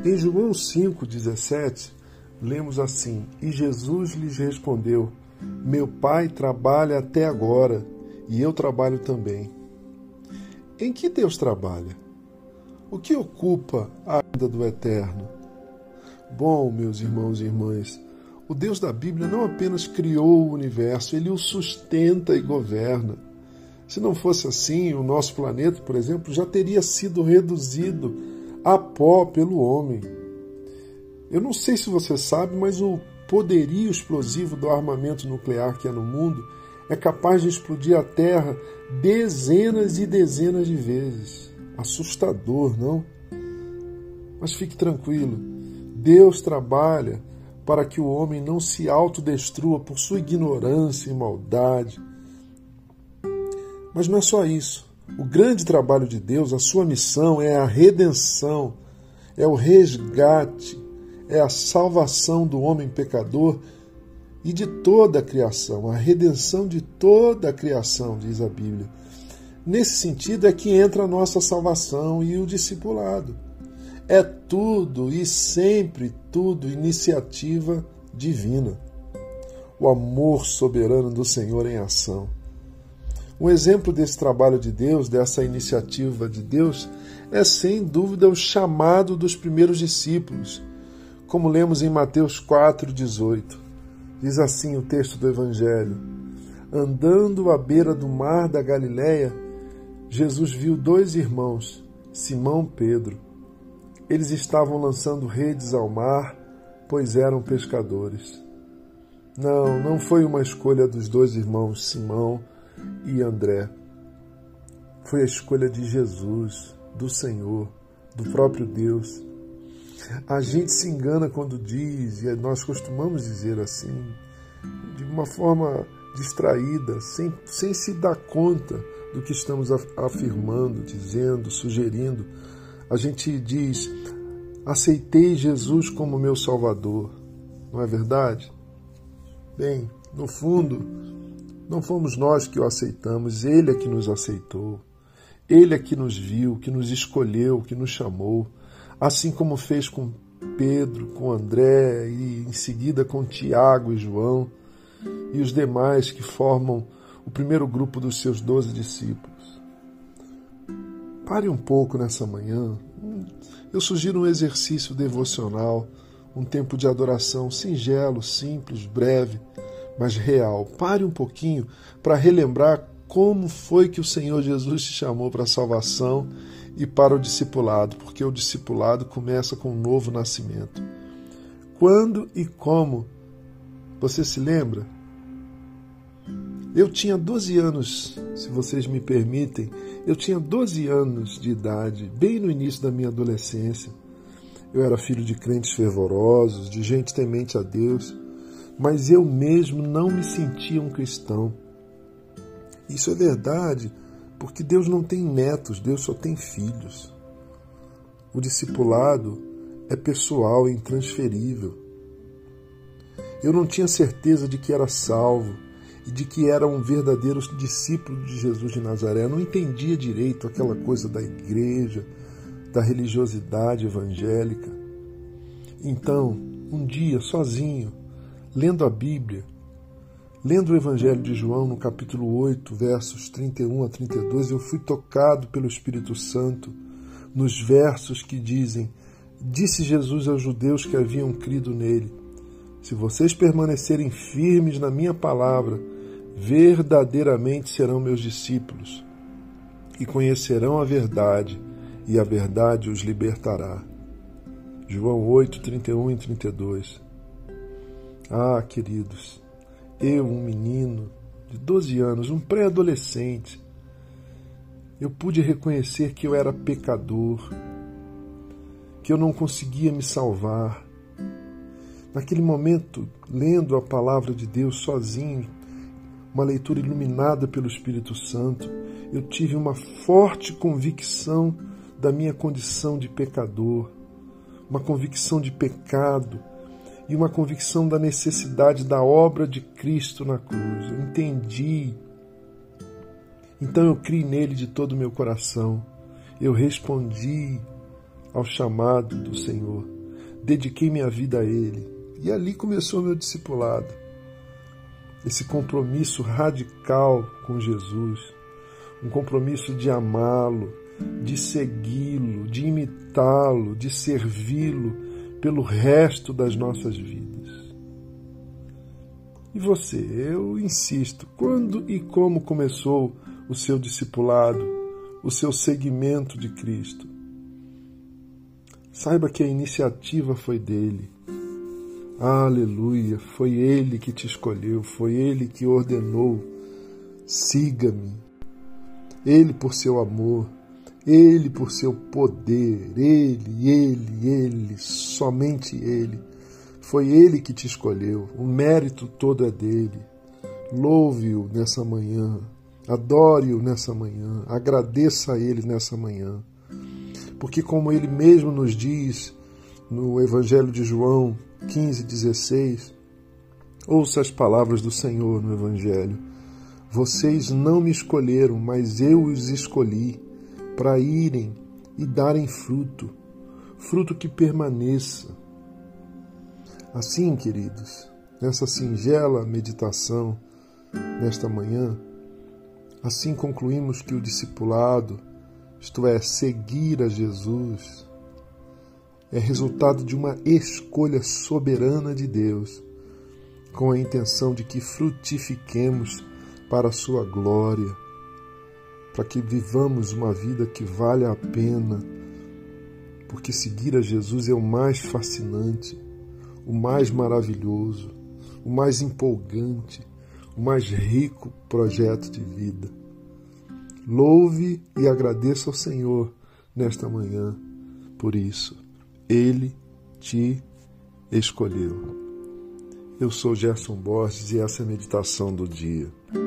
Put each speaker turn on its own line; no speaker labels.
Em João 5,17, lemos assim: E Jesus lhes respondeu: Meu Pai trabalha até agora, e eu trabalho também. Em que Deus trabalha? O que ocupa a vida do Eterno? Bom, meus irmãos e irmãs, o Deus da Bíblia não apenas criou o universo, Ele o sustenta e governa. Se não fosse assim, o nosso planeta, por exemplo, já teria sido reduzido a pó pelo homem. Eu não sei se você sabe, mas o poderio explosivo do armamento nuclear que há no mundo é capaz de explodir a Terra dezenas e dezenas de vezes. Assustador, não? Mas fique tranquilo, Deus trabalha para que o homem não se autodestrua por sua ignorância e maldade. Mas não é só isso. O grande trabalho de Deus, a sua missão é a redenção, é o resgate, é a salvação do homem pecador e de toda a criação, a redenção de toda a criação, diz a Bíblia. Nesse sentido é que entra a nossa salvação e o discipulado. É tudo e sempre tudo iniciativa divina. O amor soberano do Senhor em ação. Um exemplo desse trabalho de Deus, dessa iniciativa de Deus, é sem dúvida o chamado dos primeiros discípulos, como lemos em Mateus 4,18. Diz assim o texto do Evangelho: Andando à beira do mar da Galileia, Jesus viu dois irmãos, Simão e Pedro. Eles estavam lançando redes ao mar, pois eram pescadores. Não foi uma escolha dos dois irmãos, Simão e André. Foi a escolha de Jesus, do Senhor, do próprio Deus. A gente se engana quando diz, e nós costumamos dizer assim, de uma forma distraída, sem se dar conta do que estamos afirmando, dizendo, sugerindo. A gente diz: aceitei Jesus como meu Salvador. Não é verdade? Bem, no fundo, não fomos nós que o aceitamos, Ele é que nos aceitou. Ele é que nos viu, que nos escolheu, que nos chamou. Assim como fez com Pedro, com André e em seguida com Tiago e João e os demais que formam o primeiro grupo dos seus 12 discípulos. Pare um pouco nessa manhã. Eu sugiro um exercício devocional, um tempo de adoração singelo, simples, breve, mas real. Pare um pouquinho para relembrar como foi que o Senhor Jesus te chamou para a salvação e para o discipulado, porque o discipulado começa com um novo nascimento. Quando e como? Você se lembra? Eu tinha 12 anos, se vocês me permitem, eu tinha 12 anos de idade, bem no início da minha adolescência. Eu era filho de crentes fervorosos, de gente temente a Deus, mas eu mesmo não me sentia um cristão. Isso é verdade, porque Deus não tem netos, Deus só tem filhos. O discipulado é pessoal, é intransferível. Eu não tinha certeza de que era salvo e de que era um verdadeiro discípulo de Jesus de Nazaré. Eu não entendia direito aquela coisa da igreja, da religiosidade evangélica. Então, um dia, sozinho, lendo a Bíblia, lendo o Evangelho de João, no capítulo 8, versos 31 a 32, eu fui tocado pelo Espírito Santo nos versos que dizem: Disse Jesus aos judeus que haviam crido nele: Se vocês permanecerem firmes na minha palavra, verdadeiramente serão meus discípulos e conhecerão a verdade, e a verdade os libertará. João 8, 31 e 32. Ah, queridos, eu, um menino de 12 anos, um pré-adolescente, eu pude reconhecer que eu era pecador, que eu não conseguia me salvar. Naquele momento, lendo a palavra de Deus sozinho, uma leitura iluminada pelo Espírito Santo, eu tive uma forte convicção da minha condição de pecador, uma convicção de pecado e uma convicção da necessidade da obra de Cristo na cruz. Eu entendi. Então eu criei nele de todo o meu coração. Eu respondi ao chamado do Senhor. dediquei minha vida a Ele. E ali começou meu discipulado. Esse compromisso radical com Jesus, um compromisso de amá-lo, de segui-lo, de imitá-lo, de servi-lo pelo resto das nossas vidas. E você, eu insisto, quando e como começou o seu discipulado, o seu seguimento de Cristo? Saiba que a iniciativa foi dele. Aleluia, foi Ele que te escolheu, foi Ele que ordenou, siga-me. Ele por seu amor, Ele por seu poder, Ele, somente Ele. Foi Ele que te escolheu, o mérito todo é dele. Louve-o nessa manhã, adore-o nessa manhã, agradeça a Ele nessa manhã. Porque como Ele mesmo nos diz no Evangelho de João 15:16, ouça as palavras do Senhor no Evangelho. Vocês não me escolheram, mas eu os escolhi para irem e darem fruto, fruto que permaneça. Assim, queridos, nessa singela meditação, nesta manhã, assim concluímos que o discipulado, isto é, seguir a Jesus, é resultado de uma escolha soberana de Deus, com a intenção de que frutifiquemos para a sua glória, para que vivamos uma vida que vale a pena, porque seguir a Jesus é o mais fascinante, o mais maravilhoso, o mais empolgante, o mais rico projeto de vida. Louve e agradeça ao Senhor nesta manhã por isso. Ele te escolheu. Eu sou Gerson Borges e essa é a meditação do dia.